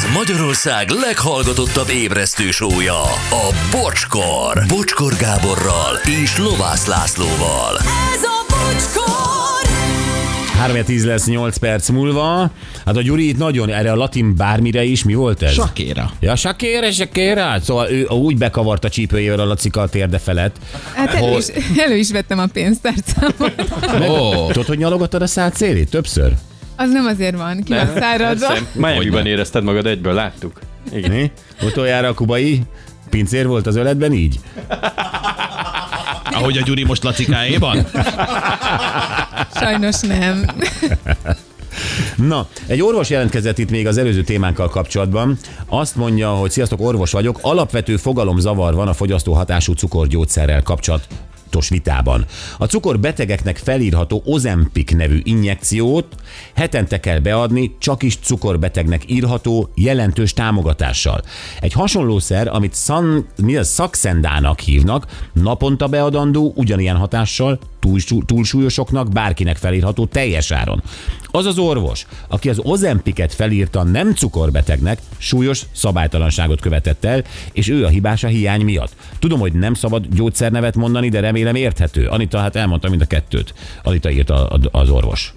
Ez Magyarország leghallgatottabb ébresztő show-ja, a Bocskor. Bocskor Gáborral és Lovász Lászlóval. Ez a Bocskor! 3-10 lesz 8 perc múlva. Hát a Gyuri itt nagyon erre a latin bármire is, mi volt ez? Shakira. Ja, Shakira. Szóval ő úgy bekavart a csípőjével a Lacika a térde felett. Hát elő is vettem a pénztárcámat. Tudod, hogy nyalogattad a szád szélét? Többször? Az nem azért van, ki van száradva. Miamiban érezted magad egyből, láttuk. Igen. Utoljára a kubai pincér volt az öletben így? Ahogy a Gyuri most Lacikáéban? Sajnos nem. Na, egy orvos jelentkezett itt még az előző témánkkal kapcsolatban. Azt mondja, hogy sziasztok, orvos vagyok, alapvető fogalomzavar van a fogyasztó hatású cukorgyógyszerrel kapcsolatos vitában. A cukorbetegeknek felírható Ozempic nevű injekciót hetente kell beadni, csak is cukorbetegnek írható jelentős támogatással. Egy hasonlószer, amit Saxendának hívnak, naponta beadandó, ugyanilyen hatással, túlsúlyosoknak bárkinek felírható teljes áron. Az az orvos, aki az Ozempicet felírta nem cukorbetegnek, súlyos szabálytalanságot követett el, és ő a hibás a hiány miatt. Tudom, hogy nem szabad gyógyszernevet mondani, de remélem érthető. Anita, hát elmondta mind a kettőt. Anita írt az orvos.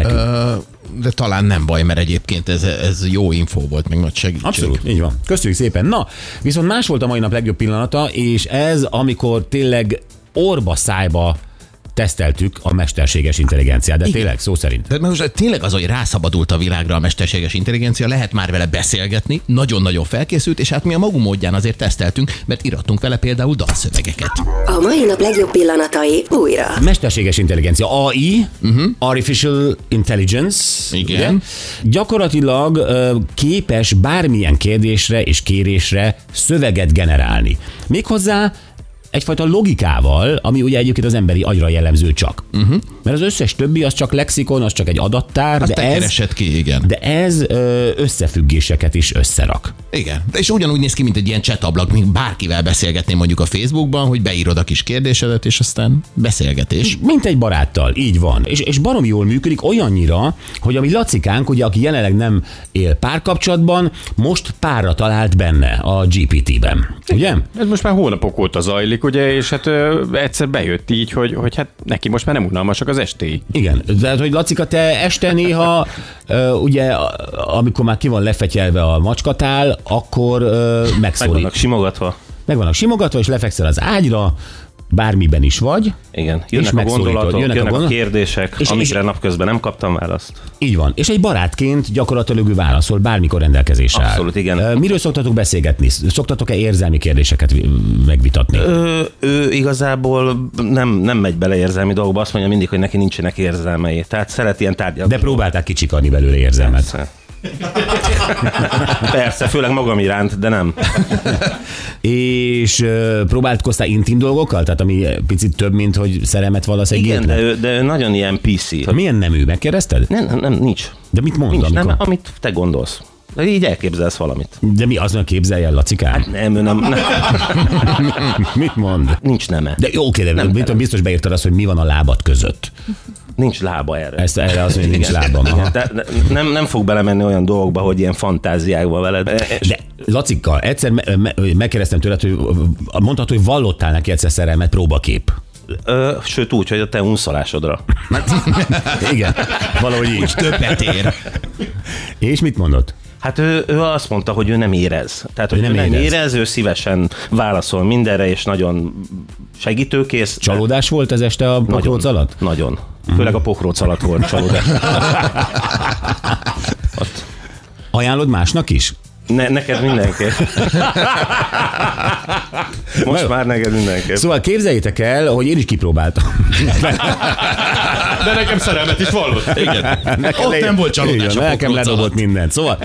De talán nem baj, mert egyébként ez jó infó volt, meg nagy segítség. Abszolút, így van. Köszönjük szépen. Na, viszont más volt a mai nap legjobb pillanata, és ez, amikor tényleg orba-szájba teszteltük a mesterséges intelligenciát, de igen. Tényleg, szó szerint. De most tényleg az, hogy rászabadult a világra a mesterséges intelligencia, lehet már vele beszélgetni, nagyon-nagyon felkészült, és hát mi a magunk módján azért teszteltünk, mert írhatunk vele például dalszövegeket. A mai nap legjobb pillanatai újra. Mesterséges intelligencia, AI, Artificial Intelligence, igen. Ugye? Gyakorlatilag képes bármilyen kérdésre és kérésre szöveget generálni. Méghozzá egyfajta logikával, ami ugye egyébként az emberi agyra jellemző csak. Mert az összes többi az csak lexikon, az csak egy adattár, azt keresed ki, igen. De ez összefüggéseket is összerak. Igen, és ugyanúgy néz ki, mint egy ilyen chat-ablak, mint bárkivel beszélgetnél mondjuk a Facebookban, hogy beírod a kis kérdésedet, és aztán beszélgetés. Mint egy baráttal, így van. És baromi jól működik olyannyira, hogy a mi Lacikánk, ugye, aki jelenleg nem él párkapcsolatban, most párra talált benne a GPT-ben. Ugye? Ez most már hónapok óta zajlik, ugye, és hát egyszer bejött így, hogy hát neki most már nem unalmasak az estéi. Igen, de hogy Lacika, te este néha, ugye, amikor már ki van lefetyelve a macskatál, akkor megszólít. Meg vannak simogatva. Meg vannak simogatva, és lefekszel az ágyra, bármiben is vagy. Igen, jönnek a gondolatok, jönnek a kérdések, és amikre napközben nem kaptam választ. Így van, és egy barátként gyakorlatilag ő válaszol, bármikor rendelkezésre áll. Abszolút, igen. Miről szoktatok beszélgetni? Szoktatok-e érzelmi kérdéseket megvitatni? Ő igazából nem megy bele érzelmi dolgokba, azt mondja mindig, hogy neki nincsenek érzelmei. Tehát szeret ilyen tárgyalni. De próbálták kicsikarni belőle érzelmet. Persze, főleg magam iránt, de nem. És próbálkoztál intim dolgokkal? Tehát ami picit több, mint hogy szerelmet vallasz egy igen, gépnek? de ő nagyon ilyen PC. Milyen nemű? Megkérdezted? Nem, nincs. De mit mond? Nincs, amikor? nem, amit te gondolsz. De így elképzelsz valamit. De mi azon képzelje el, Lacikám? Hát nem. Mit mond? Nincs neme. De jó, oké, de biztos beírtad azt, hogy mi van a lábad között. Nincs lába erre. Erre azt mondja, hogy nincs lábam. Nem fog belemenni olyan dolgokba, hogy ilyen fantáziákba veled. De Lacika, egyszer megkérdeztem tőled, hogy mondhatod, hogy vallottál neki egyszer szerelmet, próbakép. Sőt úgy, hogy a te unszolásodra. Igen, valahogy így. Most többet ér. És mit mondott? Hát ő azt mondta, hogy ő nem érez. Tehát, hogy ő nem érez, ő szívesen válaszol mindenre, és nagyon segítőkész. Csalódás volt ez este a pokróc alatt? Nagyon. Főleg a pokróc alatt volt csalódás. Ajánlod másnak is? Neked mindenképp. Most már neked mindenképp. Szóval képzeljétek el, hogy én is kipróbáltam. De nekem szerelmet is vallott. Igen. Ott nem volt csalódás. Igen, nekem ledobott mindent. Szóval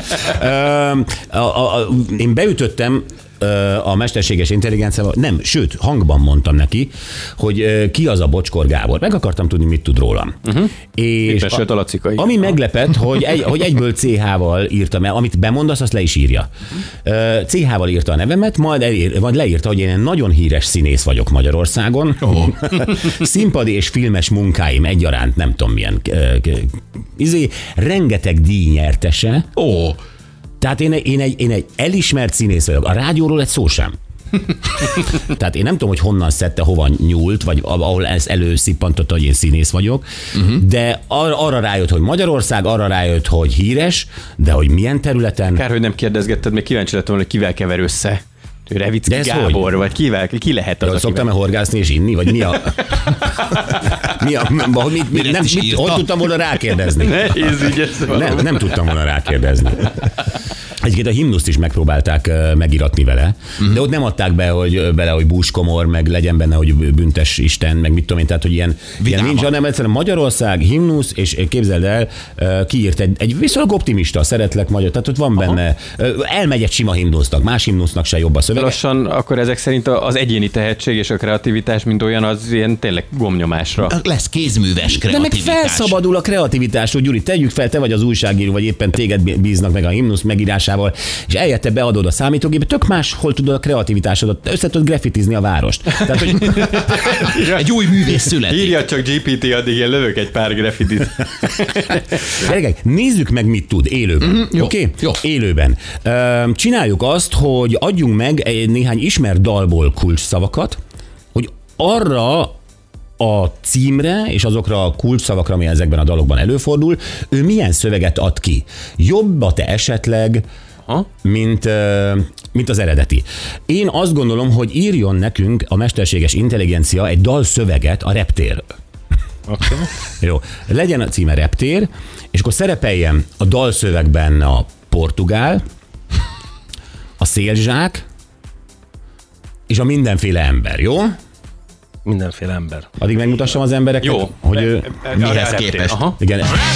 én beütöttem a mesterséges intelligenciával, nem, sőt, hangban mondtam neki, hogy ki az a Bocskor Gábor. Meg akartam tudni, mit tud rólam. És a Lacikai. ami meglepett, hogy egyből CH-val írtam el, amit bemondasz, azt le is írja. CH-val írta a nevemet, majd leírta, hogy én egy nagyon híres színész vagyok Magyarországon. Színpadi és filmes munkáim egyaránt, nem tudom milyen, rengeteg díjnyertese. Tehát én egy elismert színész vagyok. A rádióról egy szó sem. Tehát én nem tudom, hogy honnan szedte, hova nyúlt, vagy ahol ezt előszippantotta, hogy én színész vagyok, de arra rájött, hogy Magyarország, arra rájött, hogy híres, de hogy milyen területen... Kár, hogy nem kérdezgetted, még kíváncsi lettem, hogy kivel kever össze. Revicki Gábor, vagy ki lehet az, Szoktam-e horgászni és inni, vagy mi a... Hogy tudtam volna rákérdezni? Nehéz ügy ez. Nem tudtam volna rákérdezni. Egyébként a himnuszt is megpróbálták megiratni vele, de ott nem adták be, hogy búskomor, meg legyen benne, hogy büntes Isten, meg mit tudom én, tehát hogy ilyen nincs, hanem egyszerűen Magyarország, himnusz, és képzeld el, kiírt egy viszonylag optimista, szeretlek magyar, tehát ott van benne, elmegy egy sima himnusznak, más himnusznak se jobb a szövege. Lassan akkor ezek szerint az egyéni tehetség és a kreativitás, mint olyan, az ilyen tényleg gomnyomásra. Lesz kézműves De meg kreativitás. felszabadul a kreativitásról, Gyuri, tegyük fel, te vagy az újságíró, vagy éppen téged bíznak meg a himnusz megírásával, és eljött, te beadod a számítógépbe, tök máshol tudod a kreativitásodat, össze tudod graffitizni a várost. Tehát, hogy... Egy új művész születik. Írja csak GPT, addig én lövök egy pár graffitit. Nézzük meg, mit tud élőben. Oké? Jó. Élőben. Csináljuk azt, hogy adjunk meg néhány ismert dalból kulcsszavakat, hogy arra a címre és azokra a kulcsszavakra, ami ezekben a dalokban előfordul, ő milyen szöveget ad ki. Jobb a te esetleg, mint az eredeti. Én azt gondolom, hogy írjon nekünk a mesterséges intelligencia egy dalszöveget a reptérről. Okay. Jó, legyen a címe Reptér, és akkor szerepeljen a dalszövegben a portugál, a szélzsák, és a mindenféle ember, jó? Mindenféle ember. Addig megmutassam az embereknek, Jó. hogy ő Mihez képest? Aha. igen.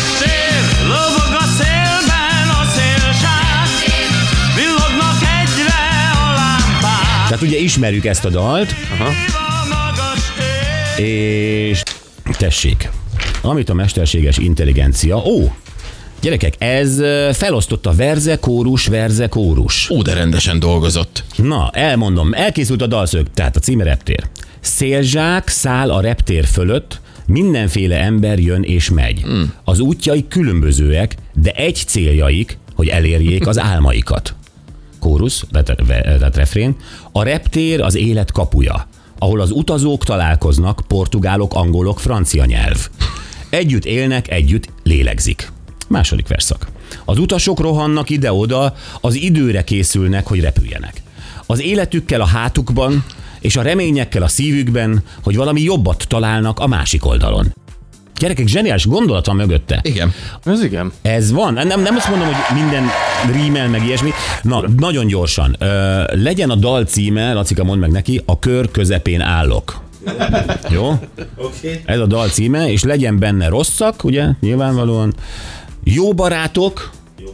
Lobog a szélben a szélsák, villognak egyre a lámpák. Tehát ugye ismerjük ezt a dalt, A magas ég. és tessék, amit a mesterséges intelligencia, gyerekek, ez felosztotta verze, kórus. Ó, de rendesen dolgozott. Na, elmondom, elkészült a dalszöveg, tehát a címe Reptér. Szélzsák száll a reptér fölött, mindenféle ember jön és megy. Az útjaik különbözőek, de egy céljaik, hogy elérjék az álmaikat. Kórus, tehát refrén. A reptér az élet kapuja, ahol az utazók találkoznak, portugálok, angolok, francia nyelv. Együtt élnek, együtt lélegzik. Második verszak. Az utasok rohannak ide-oda, az időre készülnek, hogy repüljenek. Az életükkel a hátukban, és a reményekkel a szívükben, hogy valami jobbat találnak a másik oldalon. Gyerekek, zseniális gondolat van mögötte. Igen. Ez igen. Ez van. Nem azt mondom, hogy minden rímel, meg ilyesmi. Na, nagyon gyorsan. Legyen a dal címe, Lacika, mondd meg neki, A kör közepén állok. Jó? Okay. Ez a dal címe, és legyen benne rosszak, ugye, nyilvánvalóan. Jó barátok,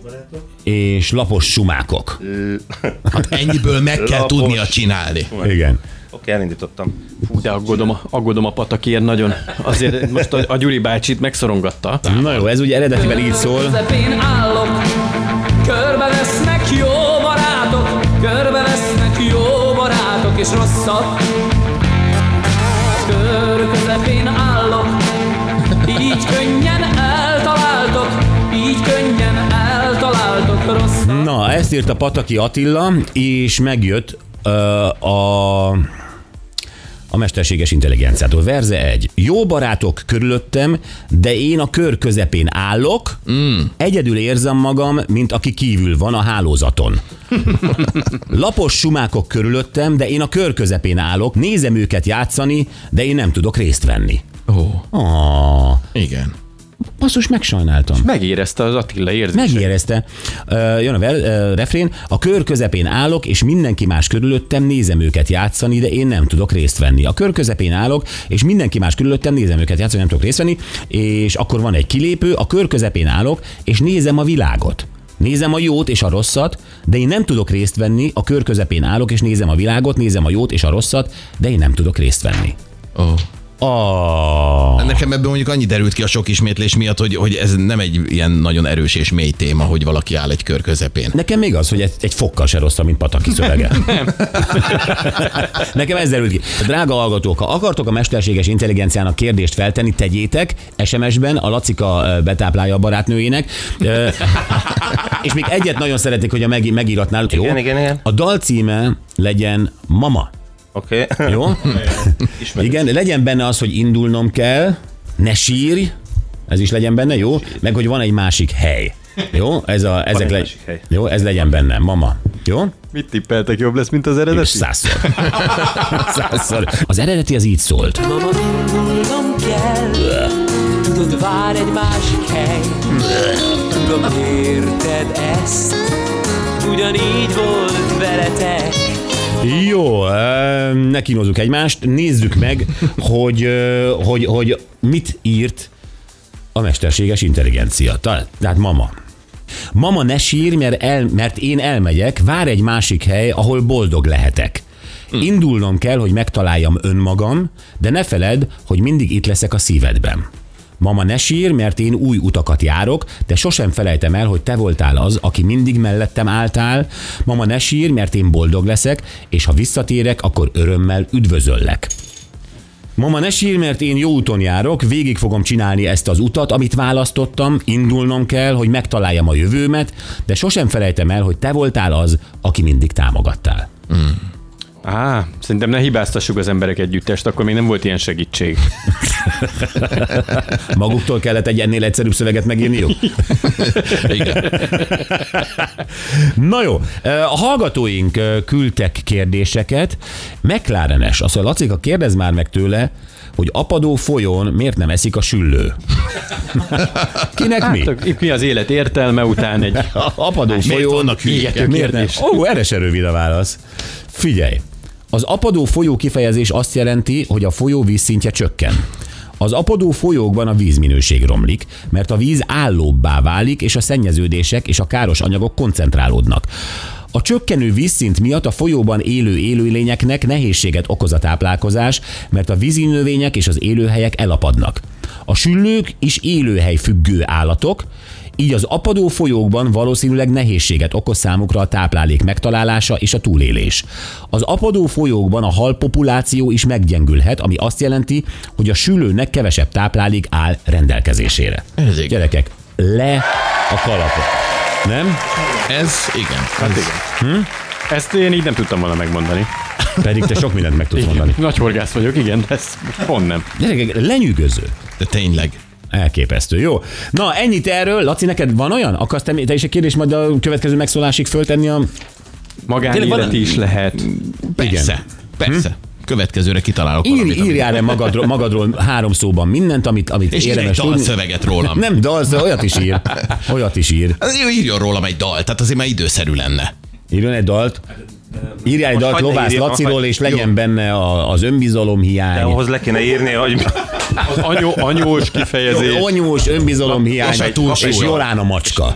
és lapos sumákok. Hát ennyiből meg kell tudnia csinálni. Igen. Oké, elindítottam. Fú, de aggódom a patakért nagyon. Azért most a Gyuri bácsit megszorongatta. Na jó, ez ugye eredetiben így szól. Közepén állok, körbe lesznek jó barátok, körbe lesznek jó barátok és rosszak. Kör közepén állok, így könnyen eltaláltok, így könnyen eltaláltok rosszak. Na, ezt írta Pataki Attila, és megjött a mesterséges intelligenciától. Verze 1. Jó barátok körülöttem, de én a kör közepén állok, egyedül érzem magam, mint aki kívül van a hálózaton. Lapos sumákok körülöttem, de én a kör közepén állok, nézem őket játszani, de én nem tudok részt venni. Igen. Basszus, megsajnáltam. Megérezte az Attila érzését. Megérezte. Jön a refrén. A kör közepén állok, és mindenki más körülöttem, nézem őket játszani, de én nem tudok részt venni. A kör közepén állok, és mindenki más körülöttem, nézem őket játszani, nem tudok részt venni, és akkor van egy kilépő, a kör közepén állok, és nézem a világot. Nézem a jót és a rosszat, de én nem tudok részt venni, a kör közepén állok, és nézem a világot, nézem a jót és a rosszat, de én nem tudok részt venni. Nekem ebből mondjuk annyi derült ki a sok ismétlés miatt, hogy ez nem egy ilyen nagyon erős és mély téma, hogy valaki áll egy kör közepén. Nekem még az, hogy egy fokkal se rosszabb, mint Pataki szövege. Nekem ez derült ki. Drága hallgatók, ha akartok a mesterséges intelligenciának kérdést feltenni, tegyétek SMS-ben, a Lacika betáplálja a barátnőjének. És még egyet nagyon szeretnék, hogy a megíratnál. Jó? Igen. A dal címe legyen Mama. Oké. Jó? Igen, legyen benne az, hogy indulnom kell, ne sírj, ez is legyen benne, jó? Meg, hogy van egy másik hely. Jó? Jó, ez legyen benne, Mama. Jó? Mit tippeltek, jobb lesz, mint az eredeti? 100-szor. Az eredeti az így szólt. Mama, indulnom kell, tudod, vár egy másik hely. Tudom, érted ezt, ugyanígy volt veletek. Jó, ne kínozzuk egymást, nézzük meg, hogy mit írt a mesterséges intelligencia. Tehát Mama, ne sírj, mert én elmegyek, vár egy másik hely, ahol boldog lehetek. Indulnom kell, hogy megtaláljam önmagam, de ne feledd, hogy mindig itt leszek a szívedben. Mama, ne sírj, mert én új utakat járok, de sosem felejtem el, hogy te voltál az, aki mindig mellettem álltál. Mama, ne sírj, mert én boldog leszek, és ha visszatérek, akkor örömmel üdvözöllek. Mama, ne sírj, mert én jó úton járok, végig fogom csinálni ezt az utat, amit választottam, indulnom kell, hogy megtaláljam a jövőmet, de sosem felejtem el, hogy te voltál az, aki mindig támogattál. Szerintem ne hibáztassuk az emberek együttest, akkor még nem volt ilyen segítség. Maguktól kellett egy ennél egyszerűbb szöveget megírniuk? Igen. Na jó, a hallgatóink küldtek kérdéseket. McLarenes, azt mondja, Lacika, kérdezz már meg tőle, hogy apadó folyón miért nem eszik a süllő? Kinek mi? Mi az élet értelme után egy apadó folyón miért nem? Erre se rövid a válasz. Figyelj, az apadó folyó kifejezés azt jelenti, hogy a folyó vízszintje csökken. Az apadó folyókban a vízminőség romlik, mert a víz állóbbá válik, és a szennyeződések és a káros anyagok koncentrálódnak. A csökkenő vízszint miatt a folyóban élő élőlényeknek nehézséget okoz a táplálkozás, mert a vízi növények és az élőhelyek elapadnak. A süllők is élőhely függő állatok, így az apadó folyókban valószínűleg nehézséget okoz számukra a táplálék megtalálása és a túlélés. Az apadó folyókban a hal populáció is meggyengülhet, ami azt jelenti, hogy a süllőnek kevesebb táplálék áll rendelkezésére. Gyerekek, le a kalapot. Nem? Ez igen. Hát igen. Ezt én így nem tudtam volna megmondani. Pedig te sok mindent meg tudsz mondani. Nagy horgász vagyok, igen, de ez pont nem. Gyerekek, lenyűgöző. De tényleg. Elképesztő, jó. Na, ennyit erről. Laci, neked van olyan? Akarsz te is egy kérdést majd a következő megszólásig föltenni a... Magánéleti is lehet. Persze. Következőre kitalálok valamit. Írjál le magadról 3 szóban mindent, amit és érdemes tudni. És dalszöveget rólam. Nem dalszöveget, olyat is ír. Írjon rólam egy dalt, tehát azért már időszerű lenne. Írjon egy dalt. Írjál egy dalt Lovász Laciról, és legyen benne az önbizalomhiány. De ahhoz le kéne írni, hogy... Az anyós kifejezés. Anyós önbizalomhiány, és Jolán a macska.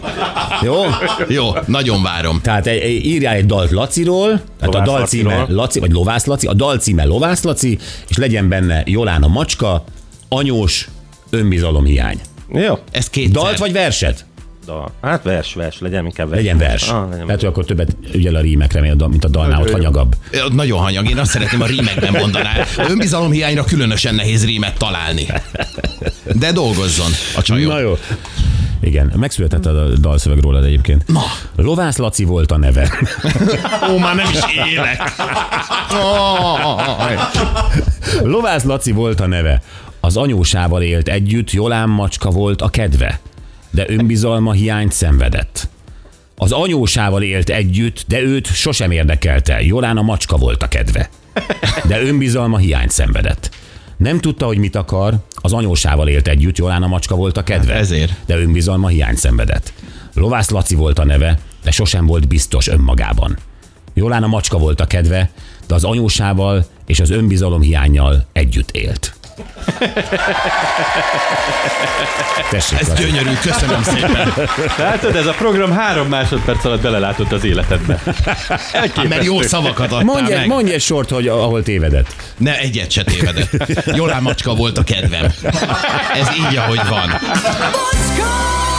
Jó, nagyon várom. Tehát írjál egy dalt Laciról, tehát a dal címe Laci, vagy Lovász Laci, a dal címe Lovász Laci, és legyen benne Jolán a macska, anyós önbizalomhiány. Jó. Ez kétszer. Dalt vagy verset? Hát vers, legyen inkább vers. Legyen vers. Tehát, hogy akkor többet ügyel a rímekre, mint a dalnál, ott hanyagabb. Nagyon hanyag, én azt szeretném, a rímekben mondanál. Önbizalomhiányra különösen nehéz rímet találni. De dolgozzon a csajom. Na jó. Igen, megszületett a dalszöveg rólad egyébként. Na. Lovász Laci volt a neve. Már nem is élek. Lovász Laci volt a neve. Az anyósával élt együtt, Jolán macska volt a kedve, de önbizalma hiányt szenvedett. Az anyósával élt együtt, de őt sosem érdekelte. Jolán a macska volt a kedve, de önbizalma hiányt szenvedett. Nem tudta, hogy mit akar, az anyósával élt együtt, Jolán a macska volt a kedve, ezért. de önbizalma hiányt szenvedett. Lovász Laci volt a neve, de sosem volt biztos önmagában. Jolán a macska volt a kedve, de az anyósával és az önbizalom hiánnyal együtt élt. Tessék, Ez Laci. gyönyörű, köszönöm szépen. Látod, ez a program 3 másodperc alatt belelátott az életedbe. Mert jó szavakat adtál meg. Mondj egy sort, hogy ahol tévedett. Ne, egyet se tévedett. Jolán Macska volt a kedvem. Ez így, ahogy van. Bocskor!